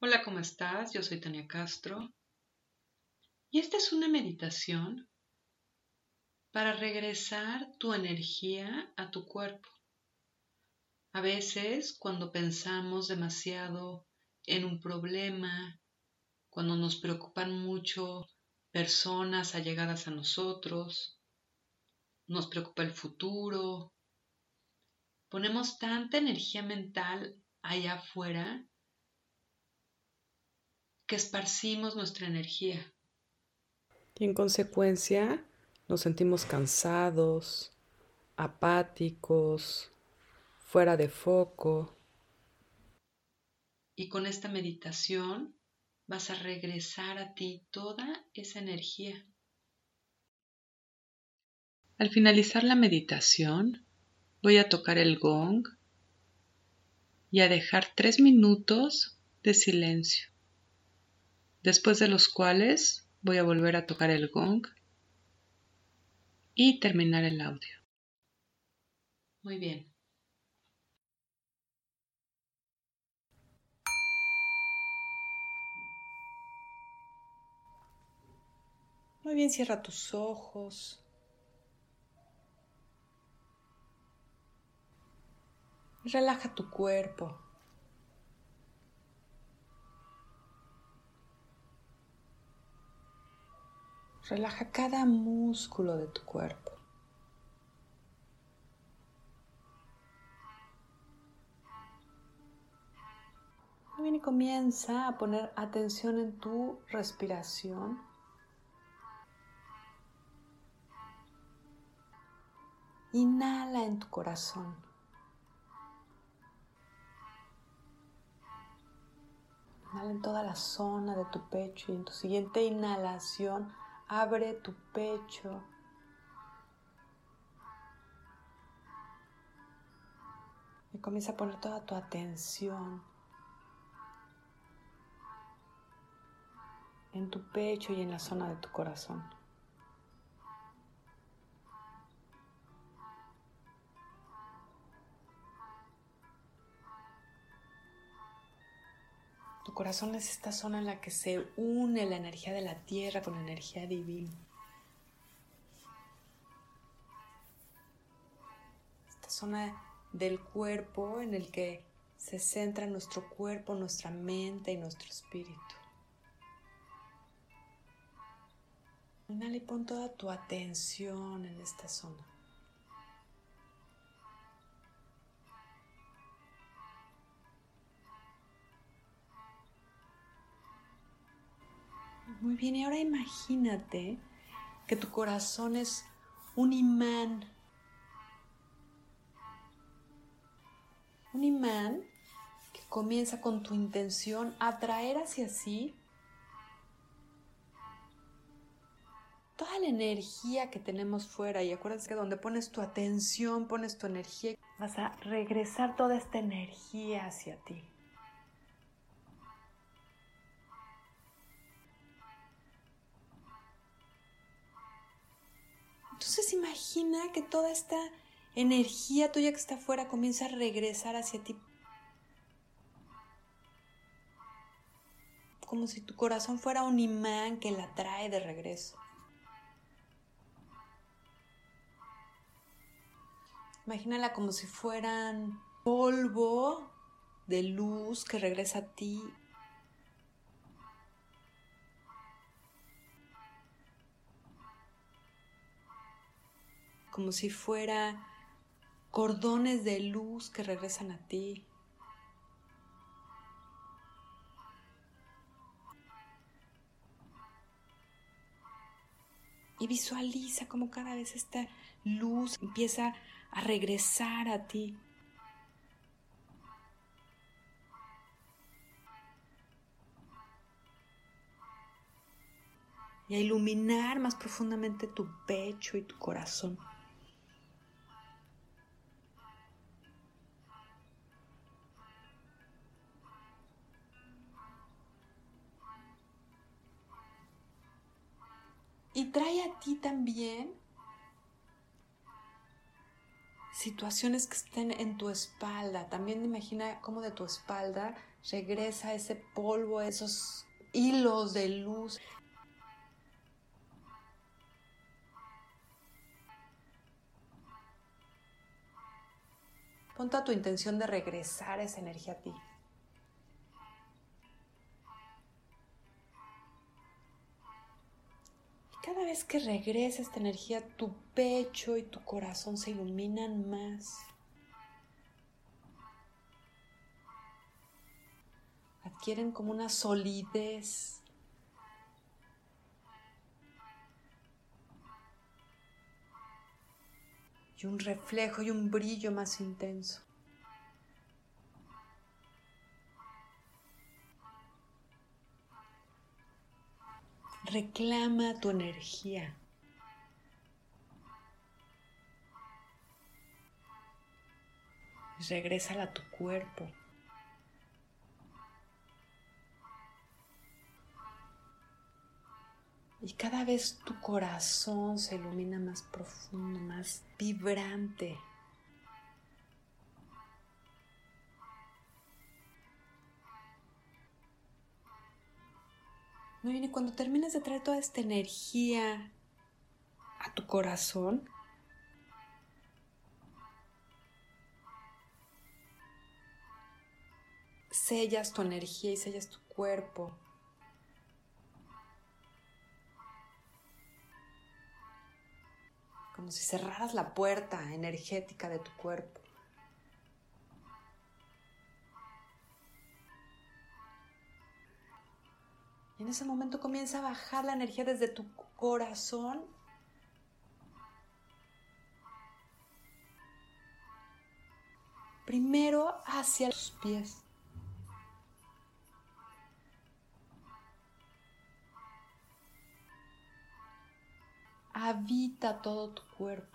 Hola, ¿cómo estás? Yo soy Tania Castro y esta es una meditación para regresar tu energía a tu cuerpo. A veces, cuando pensamos demasiado en un problema, cuando nos preocupan mucho personas allegadas a nosotros, nos preocupa el futuro, ponemos tanta energía mental allá afuera que esparcimos nuestra energía. Y en consecuencia nos sentimos cansados, apáticos, fuera de foco. Y con esta meditación vas a regresar a ti toda esa energía. Al finalizar la meditación, voy a tocar el gong y a dejar 3 minutos de silencio, después de los cuales voy a volver a tocar el gong y terminar el audio. Muy bien. Muy bien, cierra tus ojos. Relaja tu cuerpo. Relaja cada músculo de tu cuerpo. Muy bien, y comienza a poner atención en tu respiración. Inhala en tu corazón. Inhala en toda la zona de tu pecho y en tu siguiente inhalación abre tu pecho. Y comienza a poner toda tu atención en tu pecho y en la zona de tu corazón. Tu corazón es esta zona en la que se une la energía de la tierra con la energía divina. Esta zona del cuerpo en el que se centra nuestro cuerpo, nuestra mente y nuestro espíritu. Inhala y pon toda tu atención en esta zona. Muy bien, y ahora imagínate que tu corazón es un imán. Un imán que comienza con tu intención a atraer hacia sí toda la energía que tenemos fuera. Y acuérdate que donde pones tu atención, pones tu energía, vas a regresar toda esta energía hacia ti. Entonces imagina que toda esta energía tuya que está afuera comienza a regresar hacia ti. Como si tu corazón fuera un imán que la trae de regreso. Imagínala como si fueran polvo de luz que regresa a ti. Como si fuera cordones de luz que regresan a ti. Y visualiza cómo cada vez esta luz empieza a regresar a ti. Y a iluminar más profundamente tu pecho y tu corazón. Y trae a ti también situaciones que estén en tu espalda. También imagina cómo de tu espalda Regresa ese polvo, esos hilos de luz. Pon toda tu intención de regresar esa energía a ti. Y cada vez que regresa esta energía, tu pecho y tu corazón se iluminan más. Adquieren como una solidez. Y un reflejo y un brillo más intenso. Reclama tu energía. Regrésala a tu cuerpo. Y cada vez tu corazón se ilumina más profundo, más vibrante. Muy bien, y cuando termines de traer toda esta energía a tu corazón, sellas tu energía y sellas tu cuerpo. Como si cerraras la puerta energética de tu cuerpo. Y en ese momento comienza a bajar la energía desde tu corazón primero hacia tus pies. Habita todo tu cuerpo.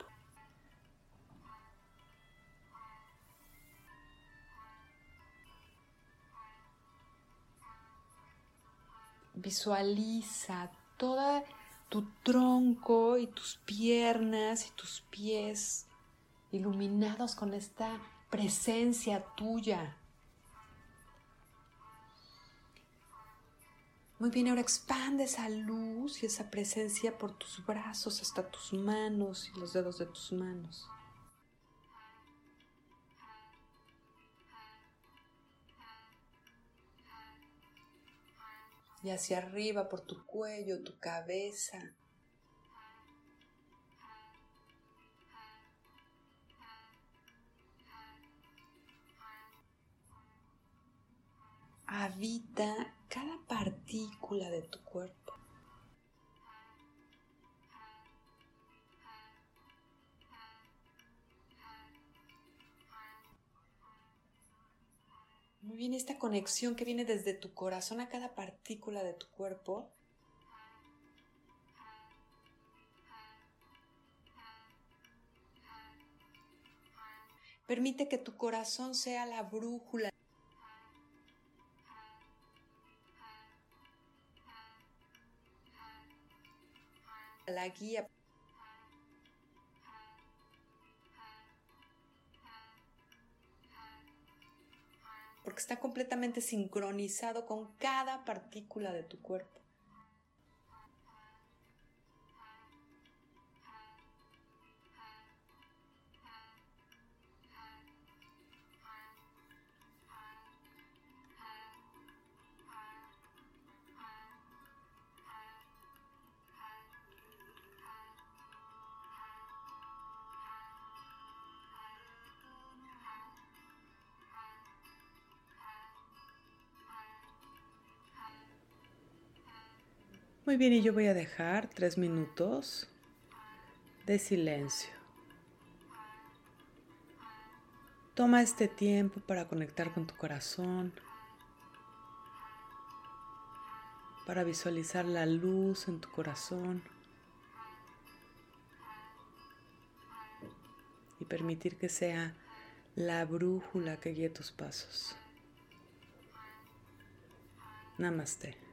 Visualiza todo tu tronco y tus piernas y tus pies iluminados con esta presencia tuya. Muy bien, ahora expande esa luz y esa presencia por tus brazos hasta tus manos y los dedos de tus manos. Y hacia arriba por tu cuello, tu cabeza. Habita cada partícula de tu cuerpo. Muy bien, esta conexión que viene desde tu corazón a cada partícula de tu cuerpo permite que tu corazón sea la brújula, la guía. Porque está completamente sincronizado con cada partícula de tu cuerpo. Muy bien, y yo voy a dejar 3 minutos de silencio. Toma este tiempo para conectar con tu corazón, para visualizar la luz en tu corazón y permitir que sea la brújula que guíe tus pasos. Namaste.